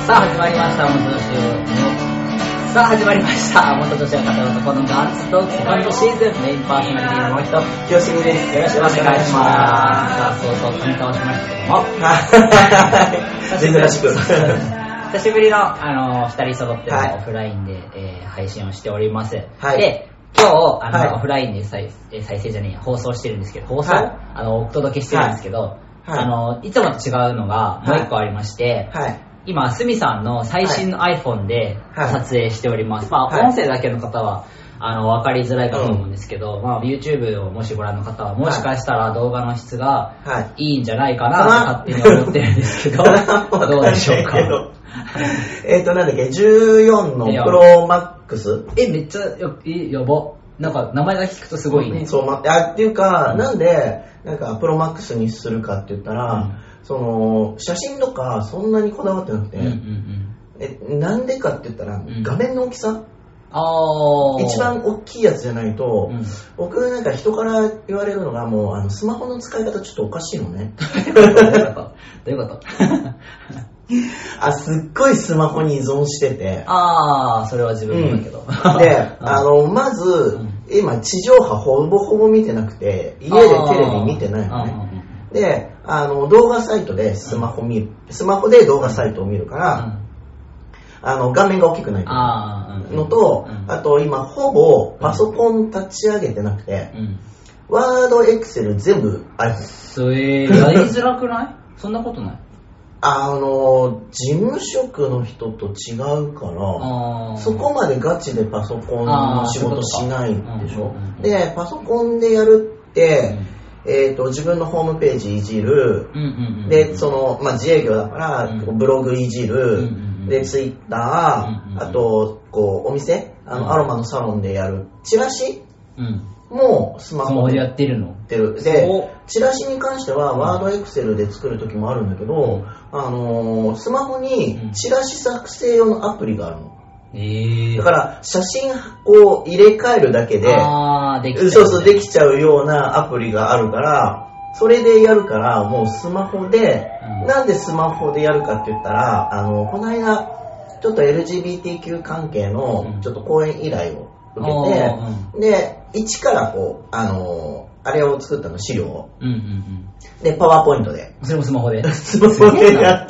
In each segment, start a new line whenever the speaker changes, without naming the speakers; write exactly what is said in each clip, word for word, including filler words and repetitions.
さあ始まりました元女子のさあ始まりました元女子が語る男のガンツトークセカンドシーズンメインパーソナリティのもう一人
清澄です。
よろしくお願いします。さあそうそう噛み交わしましたけども
珍しく
久しぶりのあの二人揃ってのオフラインで、えー、配信をしております、はい、で今日あの、はい、オフラインで再再生じゃねえや放送してるんですけど放送、はい、あのお届けしてるんですけど、はいはい、あのいつもと違うのがもう一個ありまして、はいはい、今スミさんの最新の iPhone で撮影しております、はい、まあ音声だけの方はあの分かりづらいかと思うんですけど、うんまあ、YouTube をもしご覧の方はもしかしたら動画の質がいいんじゃないかなと勝手に思ってるんですけど、はい、どうでしょうか
えっとなんだっけじゅうよんのプロマックス
えめっちゃややばなんか名前が聞くとすごいね、
うん、そうまあっていうか、うん、なんでなんかプロマックスにするかって言ったら、うん、その写真とかそんなにこだわってなくて、うんうんうん、えなんでかって言ったら、うん、画面の大きさ
あ
一番大きいやつじゃないと、うん、僕なんか人から言われるのがもうあのスマホの使い方ちょっとおかしいのね
どういうことどういうこと
あすっごいスマホに依存してて
ああそれは自分もだけど、
うん、であのまず、うん、今地上波ほぼほぼ見てなくて家でテレビ見てないのねであの動画サイトでスマホ見る、うん、スマホで動画サイトを見るから、うんあの画面が大きくないのと、うん、あと今ほぼパソコン立ち上げてなくて、うん、ワードエクセル全部 iPhone
それやりづらくないそんなことない
あの事務職の人と違うからそこまでガチでパソコンの仕事しないでしょ、うんうんうん、でパソコンでやるって、うんえー、と自分のホームページいじる、うんうんうんうん、でその、まあ、自営業だから、うん、ブログいじる、うんうんでツイッター、うんうん、あとこうお店あの、うん、アロマのサロンでやるチラシ、うん、もスマホ
でやってるの
でチラシに関してはワードエクセルで作る時もあるんだけど、うんあのー、スマホにチラシ作成用のアプリがあるの、
えー、
だから写真を入れ替えるだけで
あできちゃう、ね、
そうそうできちゃうようなアプリがあるからそれでやるからもうスマホで、うん、なんでスマホでやるかって言ったらあのこの間ちょっと エルジービーティーキュー 関係のちょっと講演依頼を受けて、うん、で一からこうあのあれを作ったの資料を、うんうんうん、でパワーポイントで
それもスマホで
スマホでやった、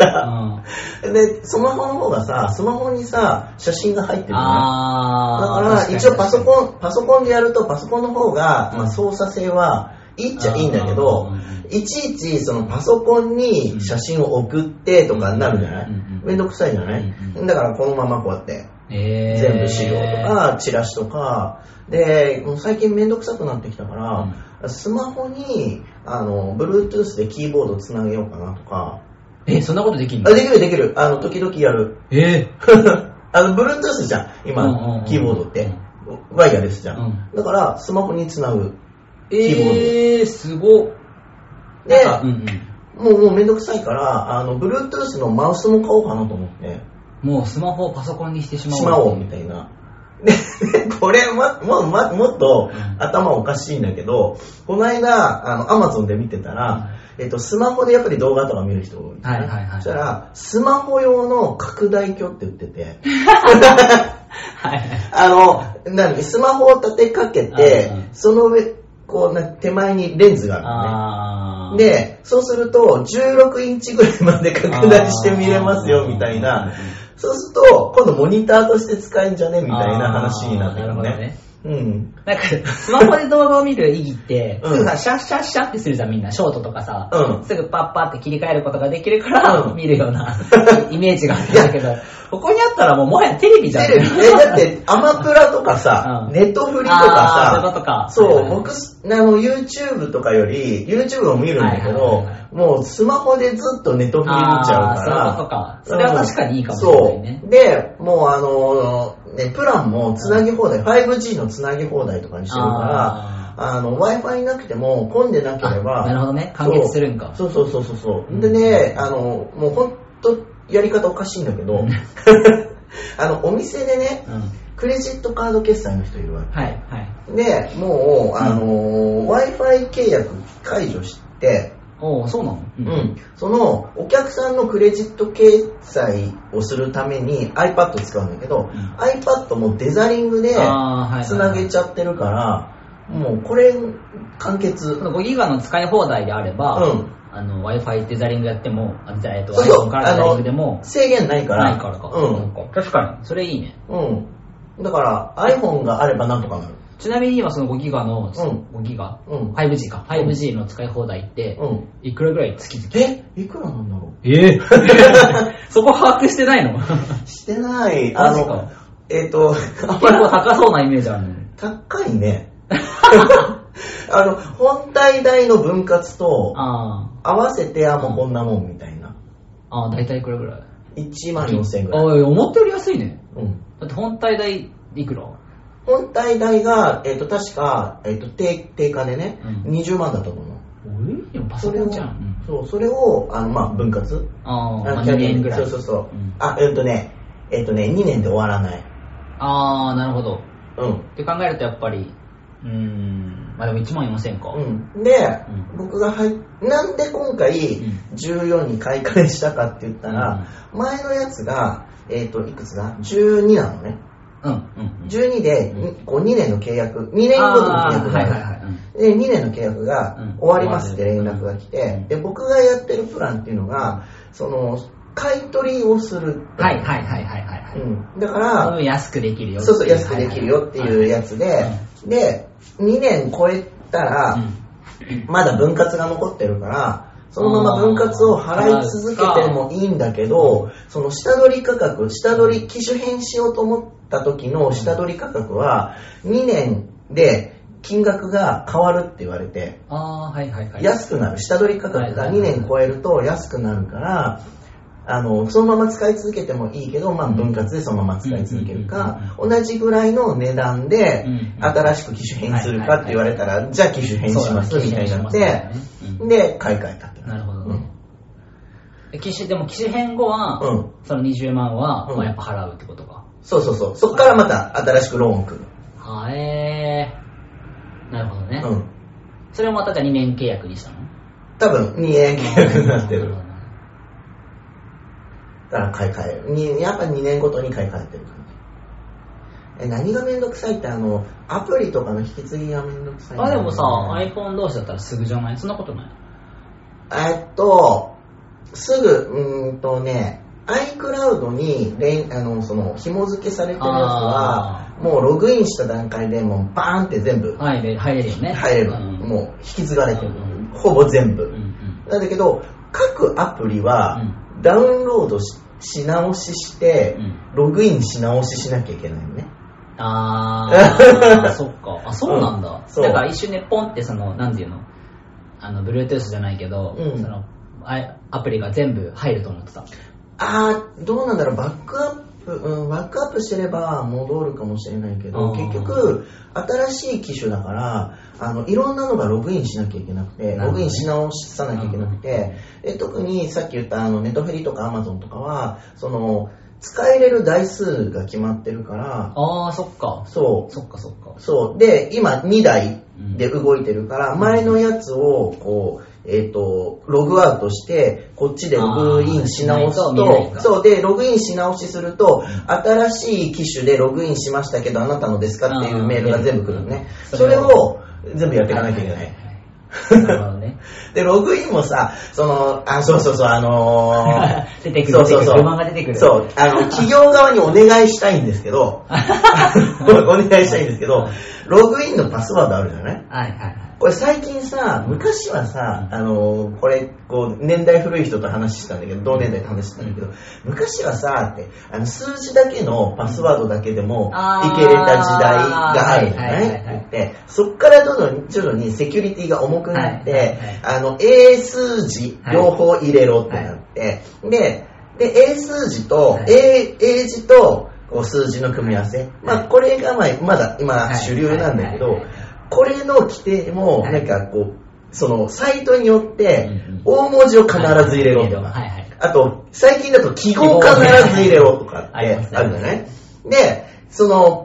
うん、でスマホの方がさスマホにさ写真が入ってるのね
あ
だから一応パソコンパソコンでやるとパソコンの方が、まあ、操作性はいいっちゃいいんだけどいちいちそのパソコンに写真を送ってとかになるじゃない、うん、めんどくさいじゃない、うん、だからこのままこうやって、えー、全部資料とかチラシとかでもう最近めんどくさくなってきたから、うん、スマホにあの Bluetooth でキーボードつなげようかなとか
えそんなことできるの
あできるできるあの時々やる
えー、
あの Bluetooth じゃん今、うんうんうん、キーボードってワイヤレスじゃん、うん、だからスマホにつなぐキーボード
えーすごっ
で、うんうん、もうもうめんどくさいからあの Bluetooth のマウスも買おうかなと思って
もうスマホをパソコンにしてしまおう
しまおうみたいなでこれまもまもっと頭おかしいんだけど、うん、この間あの Amazon で見てたら、うんえっと、スマホでやっぱり動画とか見る人多い、ね
はいはいはい、
そしたらスマホ用の拡大鏡って売っててはい、あの何スマホを立てかけて、うん、その上こうな手前にレンズがあるのねでそうするとじゅうろくインチぐらいまで拡大して見れますよみたいなそうすると今度モニターとして使えんじゃねみたいな話になってるのねうん、
なんかスマホで動画を見る意義って、うん、すぐさシャッシャッシャッってするじゃんみんなショートとかさ、うん、すぐパッパって切り替えることができるから、うん、見るようなイメージがあるんだけどここにあったらもうもはやテレビじゃん
テレビえだってアマプラとかさ、うん、ネットフリとかさ
そういうことか
そう、はいはい、僕あの YouTube とかより YouTube を見るんだけど、はいはいはい、もうスマホでずっとネットフリ見ちゃうから
そういうことかそれは確かにいいかもしれないね
そうでもうあのね、プランもつなぎ放題 ファイブジー のつなぎ放題とかにしてるからあの Wi-Fi なくても混んでなければ
なるほどね完結するんか
そうそうそうそうそう、うん、でねあのもうほんとやり方おかしいんだけどあのお店でね、うん、クレジットカード決済の人いるわけ、
はいはい、
でもう、あのーうん、Wi-Fi 契約解除して
おー、そうなの？
うん。うん。その、お客さんのクレジット決済をするために iPad 使うんだけど、うん、iPad もデザリングでつなげちゃってるから、もうこれ、完結。
ごギガの使い放題であれば、うん。あの Wi-Fi デザリングやっても、あ、じゃあ、えっと、iPhone からデザリングでも
制限ないから。
ないからか。うん。確かに。それいいね。
うん。だから、iPhone があればなんとかなる。
ちなみに今そのごギガの、うん、ごギガ、うん、ファイブジー か。ファイブジー の使い放題って、うん、いくらぐらい月々？
えいくらなんだろう？
えー、そこ把握してないの？
してない。あの、えっ、ー、と、
結構高そうなイメージあるね。
高いね。あの、本体代の分割と、合わせて、あ、もうこんなもんみたいな。
ああ、だいたいいくらぐらい？ いち
万よんせんえんぐらい。
ああ、思ったより安いね。うん。だって本体代いくら？
本体代が、えっ、ー、と、確か、えっ、ー、と、定、定価でね、うん、にじゅうまんだったと思う。
えでもパソコンじゃん。
そう、それを、あの、まあ、分割。
ああ、にねんぐらい。
そうそうそう。うん、あ、えっ、ー、とね、えっ、とね、にねんで終わらない。
ああ、なるほど。
うん。
って考えるとやっぱり、うーん、まあでもいちまんよんせんか。
うん。で、うん、僕が入っ、なんで今回じゅうよんに買い替えしたかって言ったら、うん、前のやつが、えっ、ー、と、いくつだ ?じゅうに なのね。
うんうんうん、
じゅうにで、うん、こうにねんの契約、にねんごとの契約がある、はいはいはい、でにねんの契約が終わりますって連絡が来て、うん、で僕がやってるプランっていうのがその買い取りをする。
はいはいはいはいはい、
うん、だから
安くできるよ。
そうそう安くできるよっていうやつで、はいはいはい、でにねん超えたら、うん、まだ分割が残ってるからそのまま分割を払い続けてもいいんだけど、その下取り価格、下取り機種変しようと思った時の下取り価格はにねんで金額が変わるって言われて、
あ、はいはいはい、
安くなる。下取り価格がにねん超えると安くなるから、あのそのまま使い続けてもいいけど、まあ、分割でそのまま使い続けるか、同じぐらいの値段で新しく機種変するかって言われたら、じゃあ機種変しますみたいになって、で買い替えたって。
なるほどね。うん、機種でも機種変後は、うん、そのにじゅうまんは、うん、まあ、やっぱ払うってことか。
そうそうそう。そこからまた新しくローンを組む。
はえー。なるほどね。うん。それをまたじゃあにねん契約にしたの？
多分にねん契約になってる。だから買い替える。にやっぱにねんごとに買い替えてる感じ。え、何がめんどくさいってあの、アプリとかの引き継ぎがめんどくさい、ね。
あ、でもさ、iPhone 同士だったらすぐじゃない？そんなことない？
えっと、すぐ、うーんとね、iCloud に連あのその紐付けされてるやつはもうログインした段階でもうバーンって全部
入れる、入れるよね。
入れる、うん、もう引き継がれてる、うん、ほぼ全部、うんうん、なんだけど各アプリはダウンロード し, し直しして、うん、ログインし直ししなきゃいけないよね。
あーそっか、あ、そうなんだ、うん、だから一瞬ねポンってそのなんていうのあの Bluetooth じゃないけど、うん、そのアプリが全部入ると思ってた。
あーどうなんだろう、バックアップ、うん、バックアップしてれば戻るかもしれないけど、結局新しい機種だからあのいろんなのがログインしなきゃいけなくて、ログインし直さなきゃいけなくて、で特にさっき言ったあのネトフェリとかアマゾンとかはその使えれる台数が決まってるから。
ああ、そっか。
そう。
そっかそっか。
そう。で、今にだいで動いてるから、うん、前のやつをこう、えっと、ログアウトして、こっちでログインし直すと、そうで、ログインし直しすると、うん、新しい機種でログインしましたけど、あなたのですかっていうメールが全部来るのね。それを全部やっていかなきゃいけない。
なるほどね。
で、ログインもさ、その、あ、そうそうそう、あの
ー、出てくる、そうそうそう、不満が出てくる。
そう、あの、企業側にお願いしたいんですけど、お願いしたいんですけど、ログインのパスワードあるじゃない？
はいはいはい。
これ最近さ、昔はさ、あのー、これ、こう、年代古い人と話したんだけど、同年代と話したんだけど、昔はさ、って、あの、数字だけのパスワードだけでも、いけれた時代があるじゃないって言って、そっからどんどん徐々にセキュリティが重くなって、あの、英数字両方入れろってなって、で、で、英数字と、英、英字と、こう数字の組み合わせ。まあ、これがまあ、まだ今主流なんだけど、これの規定も、なんかこう、その、サイトによって、大文字を必ず入れろとか、あと、最近だと記号必ず入れろとかってあるじゃない？で、その、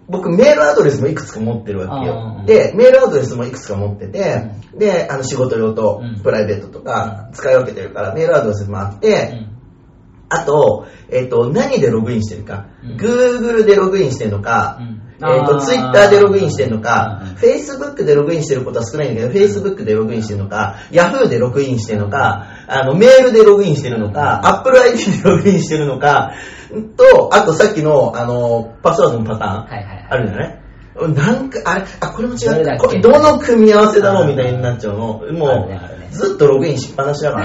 僕メールアドレスもいくつか持ってるわけよ。で、メールアドレスもいくつか持ってて、うん、で、あの仕事用とプライベートとか使い分けてるから、メールアドレスもあって、うん、あと、えっと、何でログインしてるか、うん、Google でログインしてるのか、うんえっと、Twitter でログインしてるのか、Facebook でログインしてることは少ないんだけど、Facebook でログインしてるのか、Yahoo でログインしてるのか、あの、メールでログインしてるのか、Apple アイディー でログインしてるのか、と、あとさっきの、あの、パスワードのパターン、はいはいはい、あるんじゃないなんか、あれ、あ、これも違う。これどの組み合わせだろうみたいになっちゃうの。もう、ねね、ずっとログインしっぱなしだから、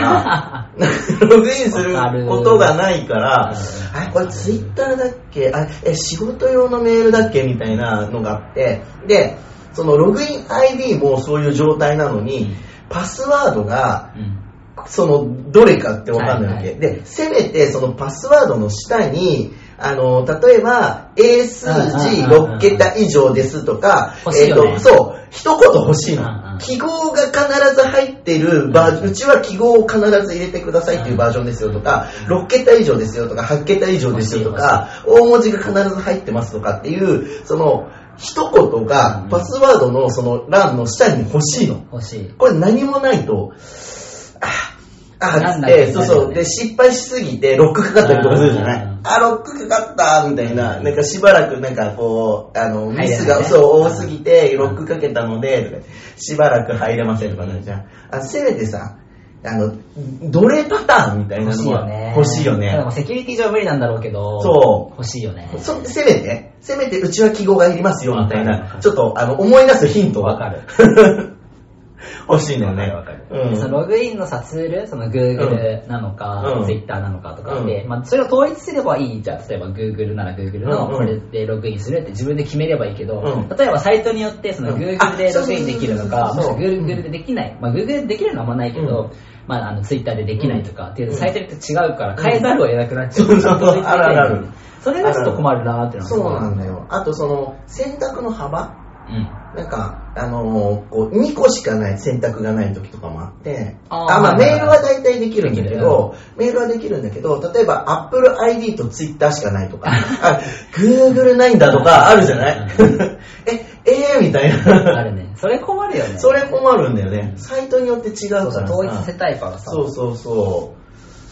ログインすることがないから、あ、これツイッターだっけあ、え、仕事用のメールだっけみたいなのがあって、で、そのログイン アイディー もそういう状態なのに、うん、パスワードが、うんそのどれかってわかんないわけ、はいはい、でせめてそのパスワードの下にあの例えば英数字ろっけた以上ですとか、えーと、そう一言欲しいの記号が必ず入ってるバージョンうちは記号を必ず入れてくださいっていうバージョンですよとかろっけた以上ですよとかはちけた以上ですよとか大文字が必ず入ってますとかっていうその一言がパスワードのその欄の下に欲しいの
欲しい
これ何もないとああって、そうそう。で、失敗しすぎて、ロックかかったりとかするじゃないあ、ロックかかったみたいな、なんかしばらくなんかこう、あの、ミスがそう多すぎて、ロックかけたので、とかしばらく入れませんとかなるじゃん。あ、せめてさ、あの、どれパターンみたいなのは欲しいよね。
でもセキュリティ上無理なんだろうけど、
そう。
欲しいよね。
そせめて、せめてうちは記号がいりますよみたいな、ちょっとあの思い出すヒント
わかる。
欲しいんだよね。
わかるわかる。うん、そのログインのさツール、その Google なのか、うん、Twitter なのかとかで、うん、まあそれを統一すればいいじゃん。例えば Google なら Google のこれでログインするって自分で決めればいいけど、うん、例えばサイトによってその Google でログインできるのか、もしくは Google でできない、まあ Google でできるのはあんまないけど、うんまあ、あのツイッターでできないとかっていうサイトによって違うから変えざるを得なくなっちゃう、うん、そうそうそうあるあるそれがちょっと困るなーってのは
そうなんだよ。あとその選択の幅、うん、なんかあのー、こうにこしかない選択がない時とかもあってああ、まあ、メールは大体できるんだけどメールはできるんだけど例えば Apple アイディー と Twitter しかないとかあ Google ないんだとかあるじゃないええー、みたいな
あるね。それ困るよね。
それ困るんだよね。サイトによって違うからさ。
統一させたいからさ。
そうそうそう。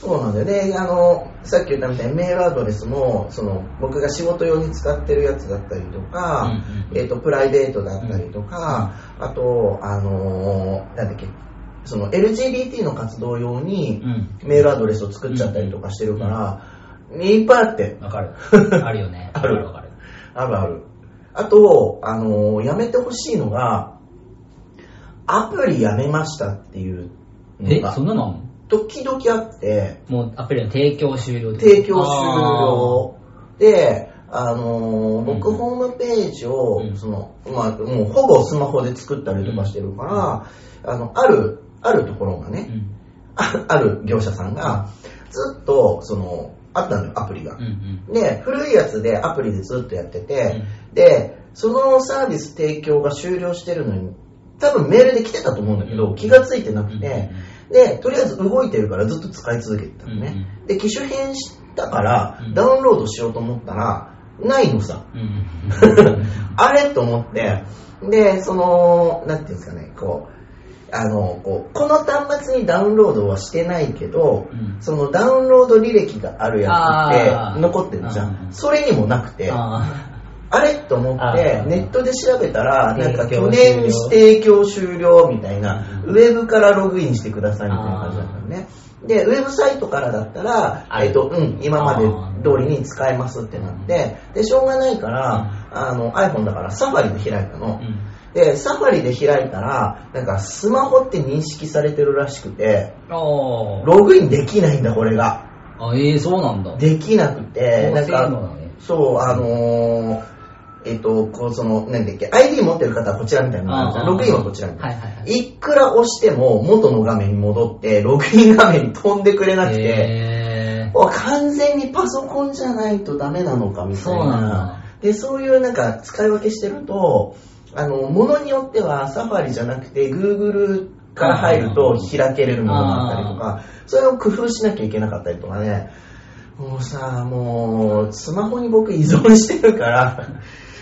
そうなんだよね。あのさっき言ったみたいにメールアドレスもその僕が仕事用に使ってるやつだったりとか、うんうんうん、えっとプライベートだったりとか、うん、あとあのなんだっけその エルジービーティー の活動用にメールアドレスを作っちゃったりとかしてるから、うんうん、いっぱいあって。
わかる。あるよね。
あるわかる。あるある。あと、あのー、やめてほしいのが、アプリやめましたっていうのが、
え、そんなの
時々あって、
もうアプリの提供終了
提供終了で、あのー、僕ホームページを、うん、その、まあ、もうほぼスマホで作ったりとかしてるから、うん、あの、ある、あるところがね、うん、あ, ある業者さんが、ずっと、その、あったのよ、アプリが、うんうん。で、古いやつでアプリでずっとやってて、うん、で、そのサービス提供が終了してるのに、多分メールで来てたと思うんだけど、うん、気がついてなくて、うん、で、とりあえず動いてるからずっと使い続けてたのね。うん、で、機種変したから、ダウンロードしようと思ったら、ないのさ。うん、あれと思って、で、その、なんていうんですかね、こう、あのこうこの端末にダウンロードはしてないけど、うん、そのダウンロード履歴があるやつって残ってるじゃん。それにもなくて、あ, あれと思ってネットで調べたらなんか去年提供終了みたいな、うん、ウェブからログインしてくださいみたいな感じだったのね。でウェブサイトからだったら、えっとうん、今まで通りに使えますってなってでしょうがないから、うん、あの iPhone だからサファリで開いたの。うんで、サファリで開いたら、なんかスマホって認識されてるらしくて、ログインできないんだ、これが。
あ、えー、そうなんだ。
できなくて、なんか、そう、あのー、えっと、こう、その、なんだっけ、アイディー 持ってる方はこちらみたいなのログインはこちらみたいな。はいはいはい。いくら押しても元の画面に戻って、ログイン画面に飛んでくれなくて、完全にパソコンじゃないとダメなのかみたいな。そうなんだ。で、そういうなんか使い分けしてると、あの、ものによってはサファリじゃなくて Google から入ると開けれるものがあったりとか、それを工夫しなきゃいけなかったりとかね。もうさ、もう、スマホに僕依存してるから、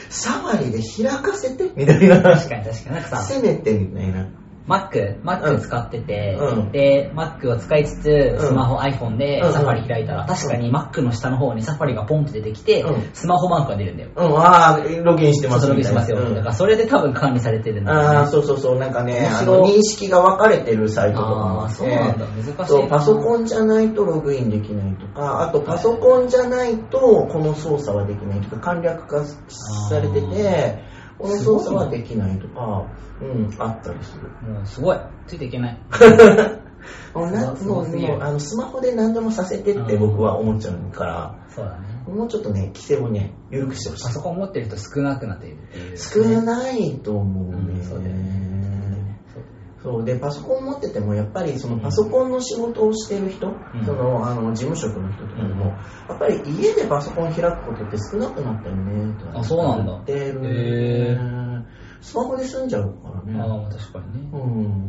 サファリで開かせてみたいな。
確かに確かに。なんかさ、
せめてみたいな。
Mac、Mac 使ってて、
うん、
で、Mac を使いつつ、スマホ、うん、iPhone でサファリ開いたら、うん、確かに Mac の下の方にサファリがポンって出てきて、うん、スマホマークが出るんだよ。
うん、ああ、ログインしてます
よ。ログインしてますよ。うん、だからそれで多分管理されてるんだよね。
ああ、そうそうそう、なんかね、あの認識が分かれてるサイトとかもあって、
そうなんだ、難しい。
そう、パソコンじゃないとログインできないとか、あとパソコンじゃないとこの操作はできないとか、簡略化されてて、この操作はできないとか、うん、あったりする。
もうすごい、ついていけない。
もうなもうもうあのスマホで何でもさせてって僕は思っちゃうから、
そうだね。
もうちょっとね、規制をね、緩くしてほしい。
パソコン持ってる人少なくなっているっていう、ね。
少ないと思うね。うん、そうだよね。そうで、パソコン持っててもやっぱりそのパソコンの仕事をしてる人、うん、そのあの事務職の人とかでも、うん、やっぱり家でパソコン開くことって少なくなったよねと。
あ、そうなんだ。
ってる、へー。スマホで済んじゃうからね。
ああ、確かにね。
うん。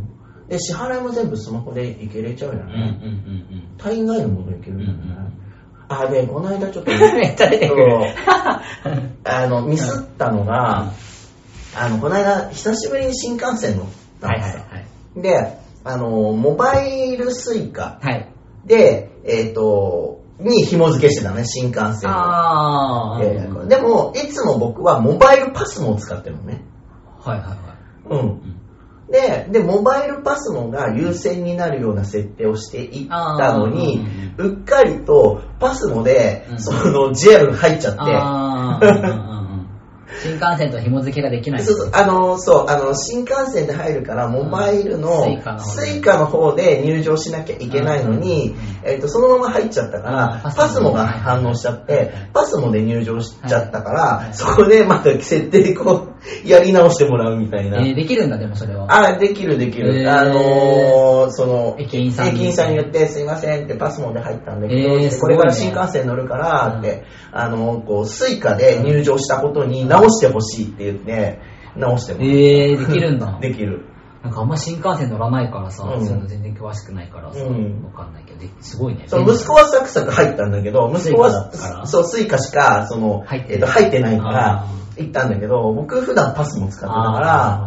で、支払いも全部スマホでいけれちゃうよね。
うんうんうんうん。
大概のものいけるんだよね。うんうん、あ、で、この間ちょっと
めっちゃ出てくる。
あの、ミスったのが、うん、あの、この間久しぶりに新幹線乗ったんですよ。はいはいはい。で、あの、モバイルスイカで、はい、えっ、ー、と、に紐付けしてたね、新幹線の。あえー、でも、いつも僕はモバイルパスモを使ってるのね。
はいはいはい。
うん。で、で、モバイルパスモが優先になるような設定をしていったのに、うっかりとパスモで、うん、その ジェイアール が入っちゃって、あ
新幹線と紐付けができない。
そうそう、あの、そう、あの、新幹線で入るから、モバイルの、スイカの方で入場しなきゃいけないのに、えっと、そのまま入っちゃったから、パスモが反応しちゃって、パスモで入場しちゃったから、そこでまた設定こう、やり直してもらうみたいな。
えー、できるんだ、でもそれは。
あ、できるできる。えー、あのー、その、駅員さんに。駅員さんに言って、すいませんってパスモで入ったんだけど、えー、これから新幹線乗るから、って、うん、あのー、こう、スイカで入場したことに直してほしいって言って、直してもらう。
えー、できるんだ。
できる。
なんかあんま新幹線乗らないからさ、うん、そういうの全然詳しくないからさ、うん、わかんないけど、すごいね。
そう、息子はサクサク入ったんだけど、息子は、そう、スイカしか、その、えっと、入ってないから、行ったんだけど、僕普段パスも使ってたから、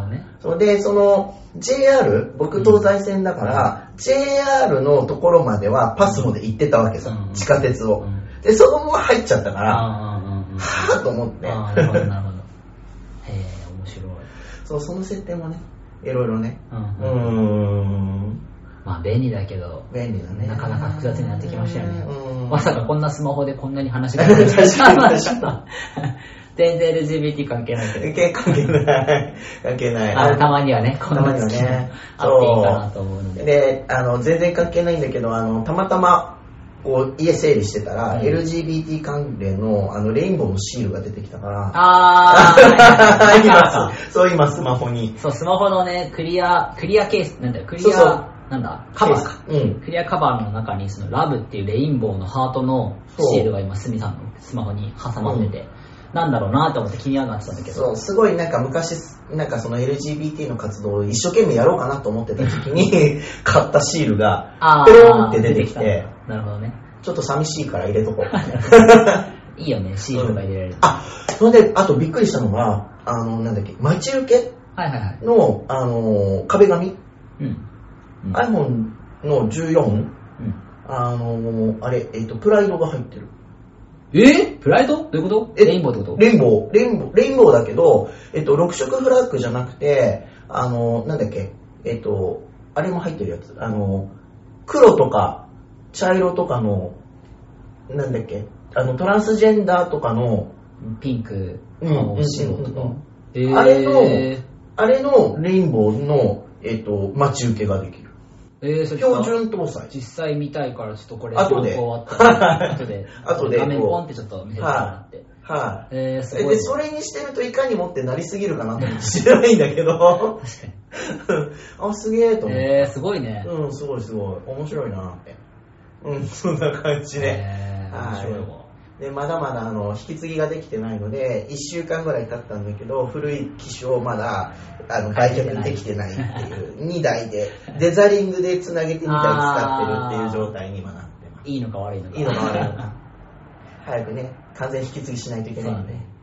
ね、それで、その、ジェイアール、僕東西線だから、うん、ジェイアール のところまではパスモで行ってたわけさ、うん、地下鉄を、うん。で、そのまま入っちゃったから、はぁと思って。
あなるほど、なるほど。へぇ、面白い。
そう、その設定もね、いろいろね。うん。
うーんまあ便利だけど、
便利だね。
なかなか複雑になってきましたよね。まさかこんなスマホでこんなに話ができた全然 エルジービーティー 関係ないけど。
関係ない。関係ない。
あたまにはね、こんなにはね、あっていいかなと思うので。
で、あの、全然関係ないんだけど、あの、たまたま、こう、家整理してたら、うん、エルジービーティー 関連の、あの、レインボーのシールが出てきたから。
あ
ー。今、そう、今、スマホに。
そう、スマホのね、クリア、クリアケース、なんだよ、クリア、そうそうなんだ、カバーか。うん。クリアカバーの中に、その、ラブっていうレインボーのハートのシールが今、スミさんのスマホに挟まってて、うん、なんだろうなと思って気にはなってたんだけど。
そう、すごいなんか昔、なんかその エルジービーティー の活動を一生懸命やろうかなと思ってた時期に、買ったシールが、ペロンって出てきて、
なるほどね。
ちょっと寂しいから入れとこう。
いいよね、シールが入れられる。
うん、あ、それで、あとびっくりしたのが、あの、なんだっけ、待ち受けの、はいはいはい、あの、壁紙、うんうん、iPhone のじゅうよん、うん、あの、あれ、えっと、プライドが入ってる。
えプライドどういうことレインボーってこと
レインボー、レインボー、レインボーだけど、えっと、ろく色フラッグじゃなくて、あの、なんだっけ、えっと、あれも入ってるやつ、あの、黒とか、茶色とかの、なんだっけ、あの、トランスジェンダーとかの、
ピンク、青、白とか。
あれの、あれのレインボーの、えっと、待ち受けができる。
えー、それ
標準搭載。
実際見たいから、ちょっとこれ、
後で。
後で。
後で。
画面ポンってちょっと見せてもらって。
はい。
えー、すごい。
で、それにしてるといかにもってなりすぎるかなと思って知らないんだけど。
確かに。
あ、すげえと思って。
えー、すごいね。
うん、すごいすごい。面白いなって。うん、そんな感じで。
えー、面白いわ。
で、まだまだあの引き継ぎができてないので、いっしゅうかんぐらい経ったんだけど、古い機種をまだあの売却できてないっていう、にだいで、デザリングでつなげてみたり使ってるっていう状態に今なってます。
いいのか悪いのか。
いいのか悪いのか。早くね、完全引き継ぎしないといけないので。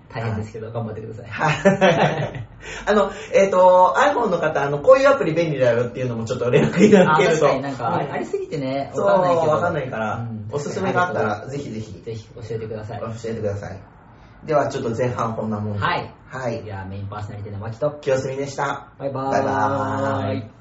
大変ですけど、頑張ってください。
はい。あの、えっと、iPhone の方、あの、こういうアプリ便利だよっていうのもちょっと連絡いただけると。
確かになんか、ありすぎてね、
わかんないけど。そう、わかんないから、おすすめがあったら、ぜひぜひ。
ぜひ教えてください。
教えてください。では、ちょっと前半こんなもんで。
はい。
はい。
では、メインパーソナリティのマキと、
清澄でした。
バイバーイ。
バイバーイ。